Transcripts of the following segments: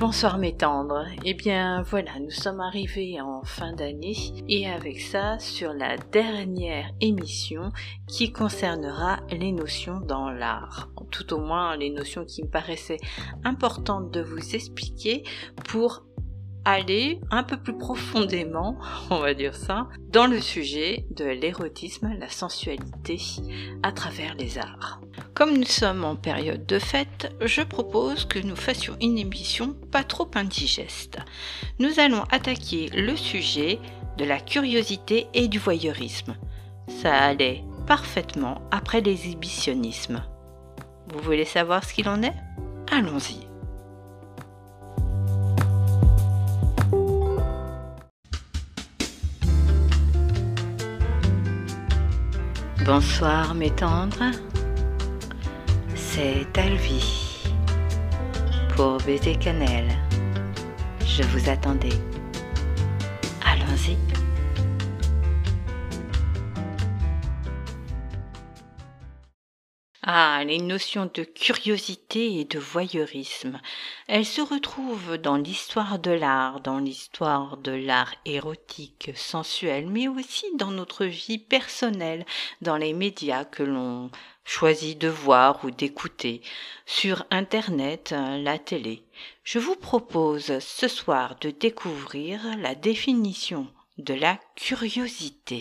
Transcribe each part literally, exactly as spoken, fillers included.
Bonsoir mes tendres, eh bien voilà, nous sommes arrivés en fin d'année et avec ça sur la dernière émission qui concernera les notions dans l'art, tout au moins les notions qui me paraissaient importantes de vous expliquer pour aller un peu plus profondément, on va dire ça, dans le sujet de l'érotisme, la sensualité à travers les arts. Comme nous sommes en période de fête, je propose que nous fassions une émission pas trop indigeste. Nous allons attaquer le sujet de la curiosité et du voyeurisme. Ça allait parfaitement après l'exhibitionnisme. Vous voulez savoir ce qu'il en est ? Allons-y. Bonsoir mes tendres, c'est Alvi pour Baiser Cannelle. Je vous attendais. Allons-y. Ah, les notions de curiosité et de voyeurisme. Elles se retrouvent dans l'histoire de l'art, dans l'histoire de l'art érotique, sensuel, mais aussi dans notre vie personnelle, dans les médias que l'on choisit de voir ou d'écouter, sur Internet, la télé. Je vous propose ce soir de découvrir la définition de la curiosité.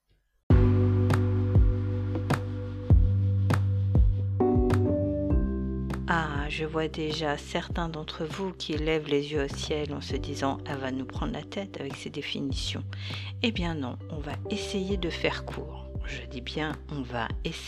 Ah, je vois déjà certains d'entre vous qui lèvent les yeux au ciel en se disant « Elle va nous prendre la tête avec ces définitions ». Eh bien non, on va essayer de faire court. Je dis bien « on va essayer ».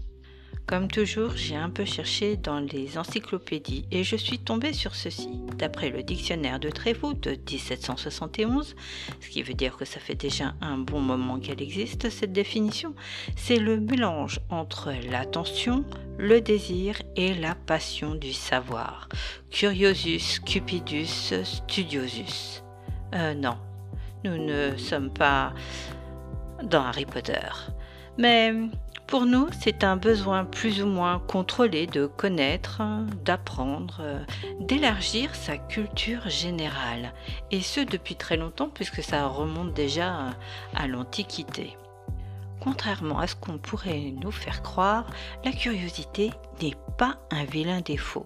Comme toujours, j'ai un peu cherché dans les encyclopédies et je suis tombée sur ceci. D'après le dictionnaire de Trévoux de dix-sept cent soixante et onze, ce qui veut dire que ça fait déjà un bon moment qu'elle existe, cette définition, c'est le mélange entre l'attention, le désir et la passion du savoir. Curiosus, cupidus, studiosus. Euh, non, nous ne sommes pas dans Harry Potter. Mais pour nous, c'est un besoin plus ou moins contrôlé de connaître, d'apprendre, d'élargir sa culture générale. Et ce, depuis très longtemps, puisque ça remonte déjà à l'Antiquité. Contrairement à ce qu'on pourrait nous faire croire, la curiosité n'est pas un vilain défaut.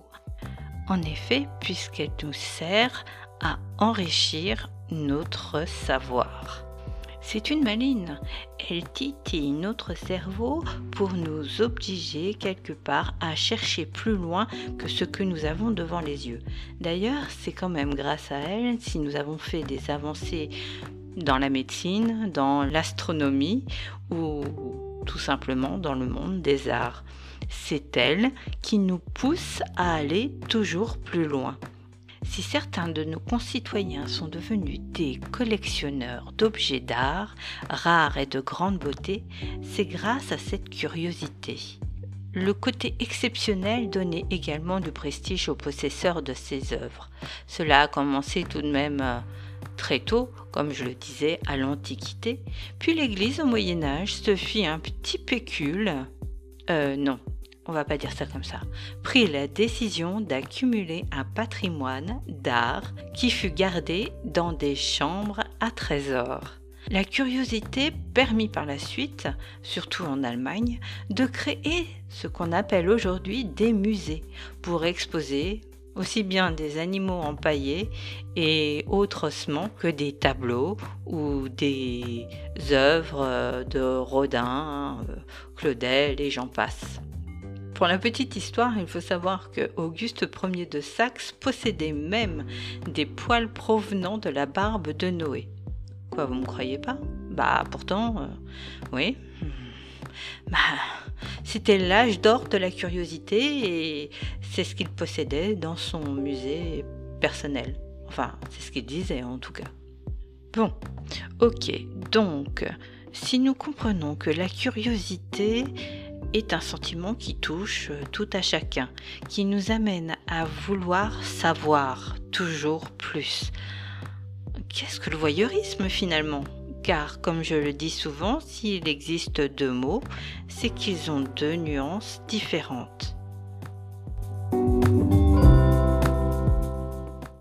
En effet, puisqu'elle nous sert à enrichir notre savoir. C'est une maline, elle titille notre cerveau pour nous obliger quelque part à chercher plus loin que ce que nous avons devant les yeux. D'ailleurs, c'est quand même grâce à elle si nous avons fait des avancées dans la médecine, dans l'astronomie ou tout simplement dans le monde des arts. C'est elle qui nous pousse à aller toujours plus loin. Si certains de nos concitoyens sont devenus des collectionneurs d'objets d'art, rares et de grande beauté, c'est grâce à cette curiosité. Le côté exceptionnel donnait également du prestige aux possesseurs de ces œuvres. Cela a commencé tout de même euh, très tôt, comme je le disais, à l'Antiquité, puis l'Église au Moyen-Âge se fit un petit pécule, euh, non, on va pas dire ça comme ça, prit la décision d'accumuler un patrimoine d'art qui fut gardé dans des chambres à trésors. La curiosité permit par la suite, surtout en Allemagne, de créer ce qu'on appelle aujourd'hui des musées pour exposer aussi bien des animaux empaillés et autres ossements que des tableaux ou des œuvres de Rodin, Claudel et j'en passe. Pour la petite histoire, il faut savoir que Auguste Ier de Saxe possédait même des poils provenant de la barbe de Noé. Quoi, vous me croyez pas ? Bah pourtant, euh, oui. Bah, c'était l'âge d'or de la curiosité et c'est ce qu'il possédait dans son musée personnel. Enfin, c'est ce qu'il disait en tout cas. Bon, ok, donc, si nous comprenons que la curiosité est un sentiment qui touche tout à chacun, qui nous amène à vouloir savoir toujours plus. Qu'est-ce que le voyeurisme finalement ? Car, comme je le dis souvent, s'il existe deux mots, c'est qu'ils ont deux nuances différentes.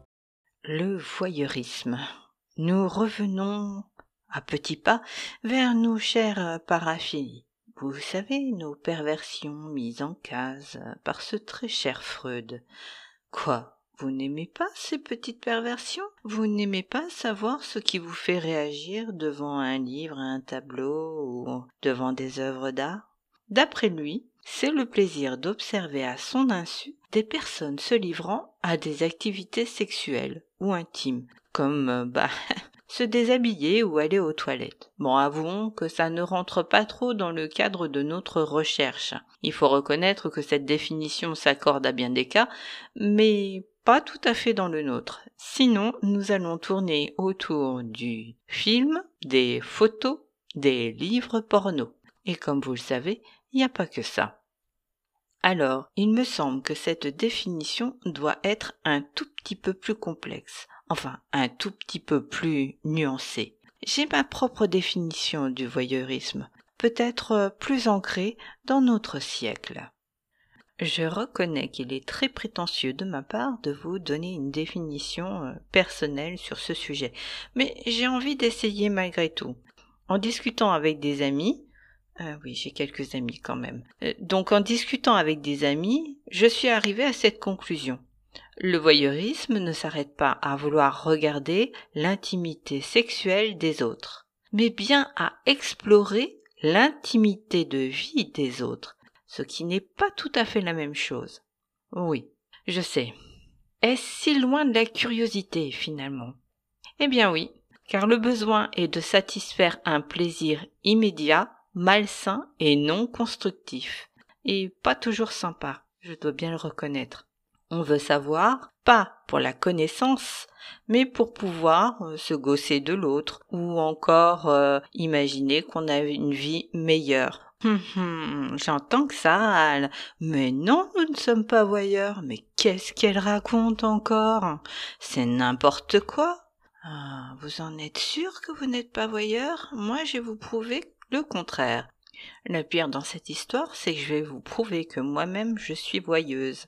voyeurisme. Nous revenons à petits pas vers nos chères paraphilies. Vous savez, nos perversions mises en case par ce très cher Freud. Quoi, vous n'aimez pas ces petites perversions? Vous n'aimez pas savoir ce qui vous fait réagir devant un livre, un tableau ou devant des œuvres d'art? D'après lui, c'est le plaisir d'observer à son insu des personnes se livrant à des activités sexuelles ou intimes, comme euh, bah, se déshabiller ou aller aux toilettes. Bon, avouons que ça ne rentre pas trop dans le cadre de notre recherche. Il faut reconnaître que cette définition s'accorde à bien des cas, mais pas tout à fait dans le nôtre. Sinon, nous allons tourner autour du film, des photos, des livres porno. Et comme vous le savez, il n'y a pas que ça. Alors, il me semble que cette définition doit être un tout petit peu plus complexe, enfin un tout petit peu plus nuancée. J'ai ma propre définition du voyeurisme, peut-être plus ancrée dans notre siècle. Je reconnais qu'il est très prétentieux de ma part de vous donner une définition personnelle sur ce sujet, mais j'ai envie d'essayer malgré tout. En discutant avec des amis, Ah oui, j'ai quelques amis quand même. Euh, Donc en discutant avec des amis, je suis arrivée à cette conclusion. Le voyeurisme ne s'arrête pas à vouloir regarder l'intimité sexuelle des autres, mais bien à explorer l'intimité de vie des autres, ce qui n'est pas tout à fait la même chose. Oui, je sais. Est-ce si loin de la curiosité finalement? Eh bien oui, car le besoin est de satisfaire un plaisir immédiat, malsain et non constructif, et pas toujours sympa, je dois bien le reconnaître. On veut savoir, pas pour la connaissance, mais pour pouvoir euh, se gausser de l'autre, ou encore euh, imaginer qu'on a une vie meilleure. Hum, hum, j'entends que ça râle, mais non, nous ne sommes pas voyeurs, mais qu'est-ce qu'elle raconte encore? C'est n'importe quoi. Ah, vous en êtes sûr que vous n'êtes pas voyeur? Moi, je vais vous prouver le contraire. Le pire dans cette histoire, c'est que je vais vous prouver que moi-même je suis voyeuse.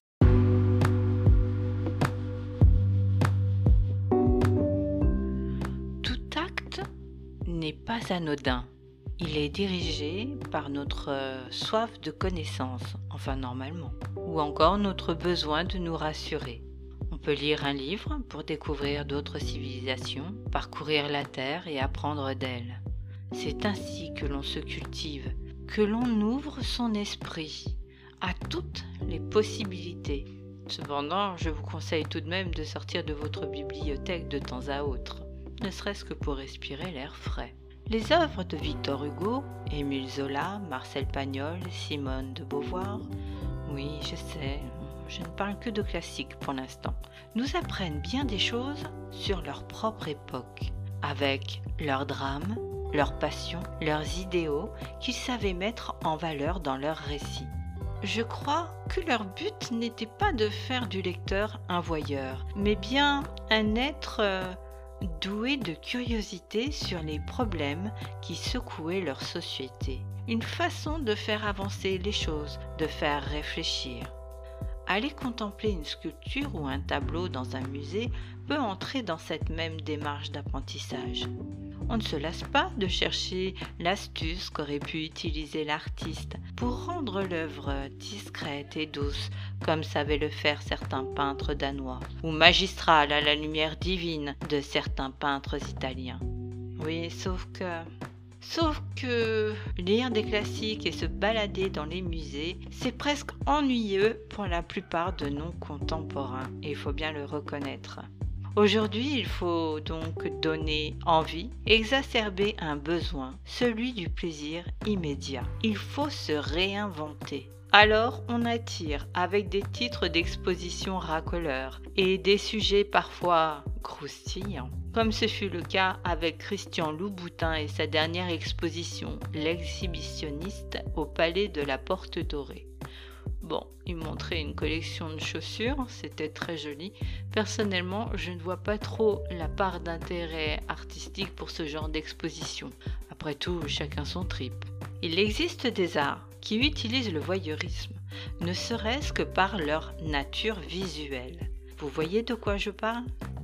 Tout acte n'est pas anodin. Il est dirigé par notre euh, soif de connaissance, enfin normalement, ou encore notre besoin de nous rassurer. On peut lire un livre pour découvrir d'autres civilisations, parcourir la Terre et apprendre d'elle. C'est ainsi que l'on se cultive, que l'on ouvre son esprit à toutes les possibilités. Cependant, je vous conseille tout de même de sortir de votre bibliothèque de temps à autre, ne serait-ce que pour respirer l'air frais. Les œuvres de Victor Hugo, Émile Zola, Marcel Pagnol, Simone de Beauvoir, oui, je sais, je ne parle que de classiques pour l'instant, nous apprennent bien des choses sur leur propre époque, avec leurs drames, leurs passions, leurs idéaux qu'ils savaient mettre en valeur dans leurs récits. Je crois que leur but n'était pas de faire du lecteur un voyeur, mais bien un être euh, doué de curiosité sur les problèmes qui secouaient leur société. Une façon de faire avancer les choses, de faire réfléchir. Aller contempler une sculpture ou un tableau dans un musée peut entrer dans cette même démarche d'apprentissage. On ne se lasse pas de chercher l'astuce qu'aurait pu utiliser l'artiste pour rendre l'œuvre discrète et douce, comme savaient le faire certains peintres danois, ou magistrale à la lumière divine de certains peintres italiens. Oui, sauf que... Sauf que lire des classiques et se balader dans les musées, c'est presque ennuyeux pour la plupart de nos contemporains, et il faut bien le reconnaître. Aujourd'hui, il faut donc donner envie, exacerber un besoin, celui du plaisir immédiat. Il faut se réinventer. Alors, on attire avec des titres d'exposition racoleurs et des sujets parfois croustillants, comme ce fut le cas avec Christian Louboutin et sa dernière exposition, l'exhibitionniste au Palais de la Porte Dorée. Bon, il montrait une collection de chaussures, c'était très joli. Personnellement, je ne vois pas trop la part d'intérêt artistique pour ce genre d'exposition. Après tout, chacun son trip. Il existe des arts qui utilisent le voyeurisme, ne serait-ce que par leur nature visuelle. Vous voyez de quoi je parle ?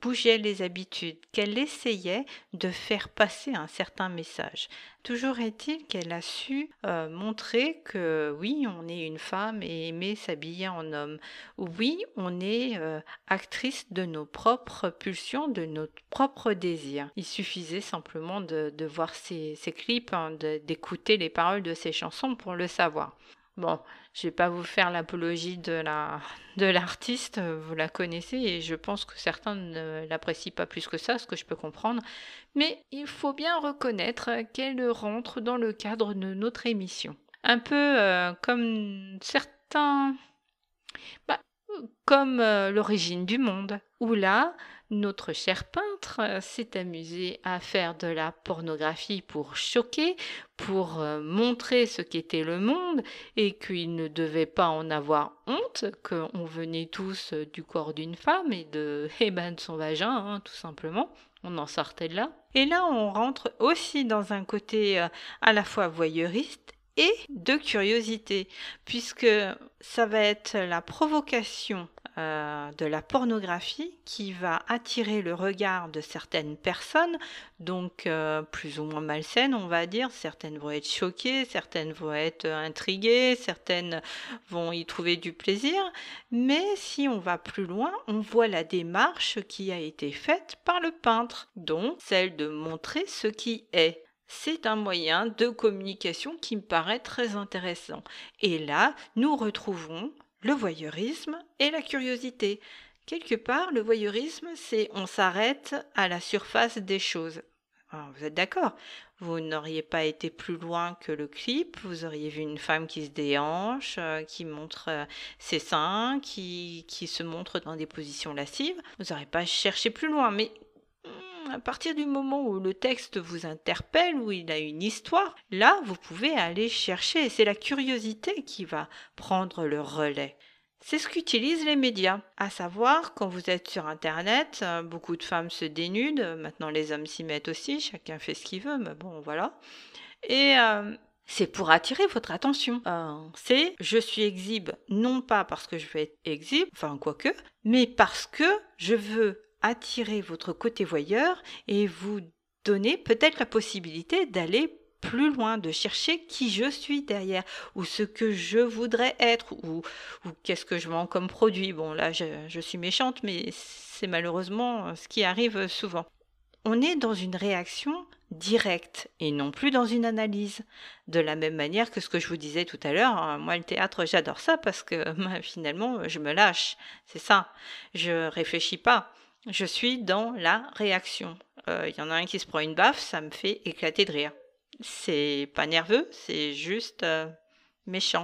bougeait les habitudes, qu'elle essayait de faire passer un certain message. Toujours est-il qu'elle a su euh, montrer que oui, on est une femme et aimer s'habiller en homme. Oui, on est euh, actrice de nos propres pulsions, de nos propres désirs. Il suffisait simplement de, de voir ses, ses clips, hein, de, d'écouter les paroles de ses chansons pour le savoir. Bon, je vais pas vous faire l'apologie de la de l'artiste, vous la connaissez et je pense que certains ne l'apprécient pas plus que ça, ce que je peux comprendre, mais il faut bien reconnaître qu'elle rentre dans le cadre de notre émission. Un peu euh, comme certains... Bah, comme euh, l'origine du monde, où là, notre cher peintre euh, s'est amusé à faire de la pornographie pour choquer, pour euh, montrer ce qu'était le monde et qu'il ne devait pas en avoir honte, qu'on venait tous euh, du corps d'une femme et de, eh ben, de son vagin, hein, tout simplement. On en sortait de là. Et là, on rentre aussi dans un côté euh, à la fois voyeuriste et de curiosité, puisque ça va être la provocation euh, de la pornographie qui va attirer le regard de certaines personnes, donc euh, plus ou moins malsaines, on va dire. Certaines vont être choquées, certaines vont être intriguées, certaines vont y trouver du plaisir, mais si on va plus loin, on voit la démarche qui a été faite par le peintre, donc celle de montrer ce qui est. C'est un moyen de communication qui me paraît très intéressant. Et là, nous retrouvons le voyeurisme et la curiosité. Quelque part, le voyeurisme, c'est on s'arrête à la surface des choses. Alors, vous êtes d'accord? Vous n'auriez pas été plus loin que le clip, vous auriez vu une femme qui se déhanche, euh, qui montre euh, ses seins, qui, qui se montre dans des positions lascives. Vous n'aurez pas cherché plus loin, mais à partir du moment où le texte vous interpelle, où il a une histoire, là, vous pouvez aller chercher. C'est la curiosité qui va prendre le relais. C'est ce qu'utilisent les médias. À savoir, quand vous êtes sur Internet, beaucoup de femmes se dénudent. Maintenant, les hommes s'y mettent aussi. Chacun fait ce qu'il veut, mais bon, voilà. Et... Euh, c'est pour attirer votre attention. Euh, c'est je suis exhibe, non pas parce que je veux être exhibe, enfin quoique, mais parce que je veux attirer votre côté voyeur et vous donner peut-être la possibilité d'aller plus loin, de chercher qui je suis derrière, ou ce que je voudrais être, ou, ou qu'est-ce que je vends comme produit. Bon, là, je, je suis méchante, mais c'est malheureusement ce qui arrive souvent. On est dans une réaction directe et non plus dans une analyse. De la même manière que ce que je vous disais tout à l'heure, moi le théâtre j'adore ça parce que moi, finalement je me lâche, c'est ça. Je réfléchis pas, je suis dans la réaction. Il euh, y en a un qui se prend une baffe, ça me fait éclater de rire. C'est pas nerveux, c'est juste euh, méchant.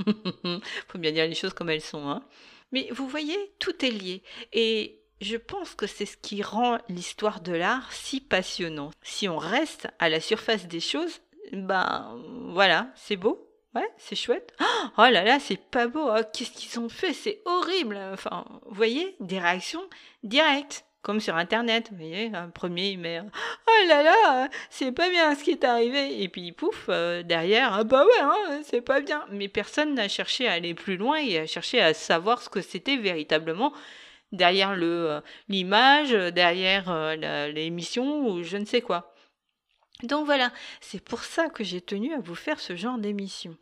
Faut bien dire les choses comme elles sont, hein. Mais vous voyez, tout est lié et je pense que c'est ce qui rend l'histoire de l'art si passionnant. Si on reste à la surface des choses, ben voilà, c'est beau, ouais, c'est chouette. Oh là là, c'est pas beau, oh, qu'est-ce qu'ils ont fait, c'est horrible. Enfin, vous voyez, des réactions directes, comme sur Internet, vous voyez, un premier il met oh là là, c'est pas bien ce qui est arrivé, et puis pouf, euh, derrière, ah bah ouais, hein, c'est pas bien. Mais personne n'a cherché à aller plus loin et à chercher à savoir ce que c'était véritablement derrière le euh, l'image, derrière euh, la, l'émission ou je ne sais quoi. Donc voilà, c'est pour ça que j'ai tenu à vous faire ce genre d'émission.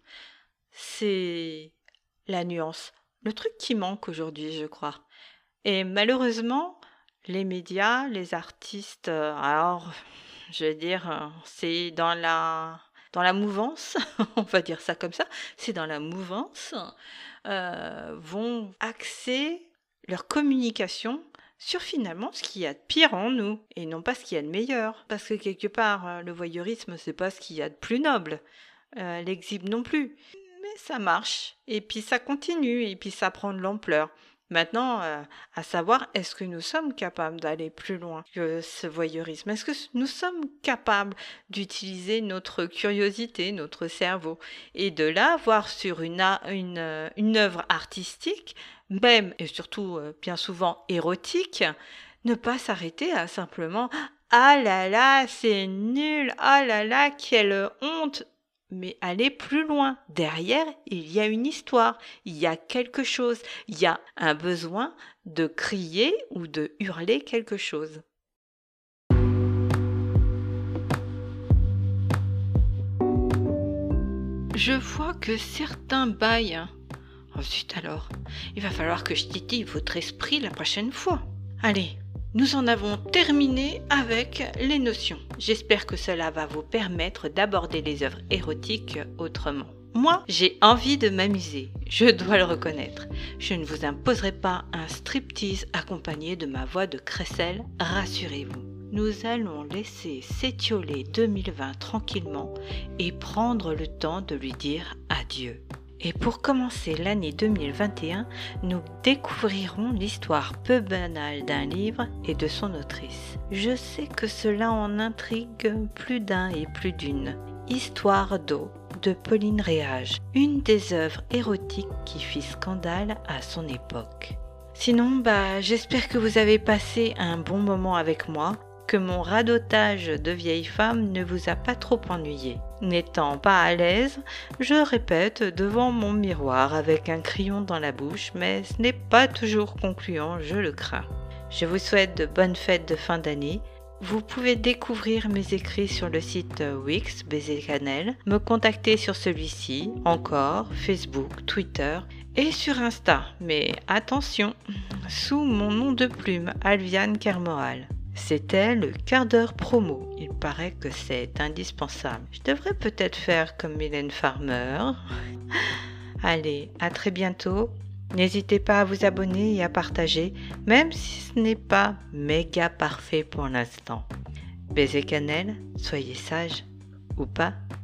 C'est la nuance, le truc qui manque aujourd'hui, je crois. Et malheureusement, les médias, les artistes, euh, alors, je vais dire, euh, c'est dans la dans la mouvance, on va dire ça comme ça, c'est dans la mouvance, euh, vont axer leur communication sur finalement ce qu'il y a de pire en nous et non pas ce qu'il y a de meilleur. Parce que quelque part, le voyeurisme, c'est pas ce qu'il y a de plus noble, euh, l'exhibe non plus. Mais ça marche, et puis ça continue, et puis ça prend de l'ampleur. Maintenant, euh, à savoir, est-ce que nous sommes capables d'aller plus loin que ce voyeurisme? Est-ce que nous sommes capables d'utiliser notre curiosité, notre cerveau, et de là voir sur une, une, une œuvre artistique, même et surtout euh, bien souvent érotique, ne pas s'arrêter à simplement « Ah là là, c'est nul, ah là là, quelle honte !» mais allez plus loin. Derrière, il y a une histoire, il y a quelque chose, il y a un besoin de crier ou de hurler quelque chose. Je vois que certains baillent. Oh zut alors, il va falloir que je titille votre esprit la prochaine fois. Allez, nous en avons terminé avec les notions. J'espère que cela va vous permettre d'aborder les œuvres érotiques autrement. Moi, j'ai envie de m'amuser, je dois le reconnaître. Je ne vous imposerai pas un striptease accompagné de ma voix de crécelle, rassurez-vous. Nous allons laisser s'étioler deux mille vingt tranquillement et prendre le temps de lui dire adieu. Et pour commencer l'année deux mille vingt et un, nous découvrirons l'histoire peu banale d'un livre et de son autrice. Je sais que cela en intrigue plus d'un et plus d'une. Histoire d'eau de Pauline Réage, une des œuvres érotiques qui fit scandale à son époque. Sinon, bah, j'espère que vous avez passé un bon moment avec moi, que mon radotage de vieille femme ne vous a pas trop ennuyé. N'étant pas à l'aise, je répète devant mon miroir avec un crayon dans la bouche, mais ce n'est pas toujours concluant, je le crains. Je vous souhaite de bonnes fêtes de fin d'année. Vous pouvez découvrir mes écrits sur le site Wix, Baiser Cannelle, me contacter sur celui-ci, encore, Facebook, Twitter et sur Insta. Mais attention, sous mon nom de plume, Alviane Kermoral. C'était le quart d'heure promo. Il paraît que c'est indispensable. Je devrais peut-être faire comme Mylène Farmer. Allez, à très bientôt. N'hésitez pas à vous abonner et à partager, même si ce n'est pas méga parfait pour l'instant. Baiser Cannelle, soyez sage ou pas.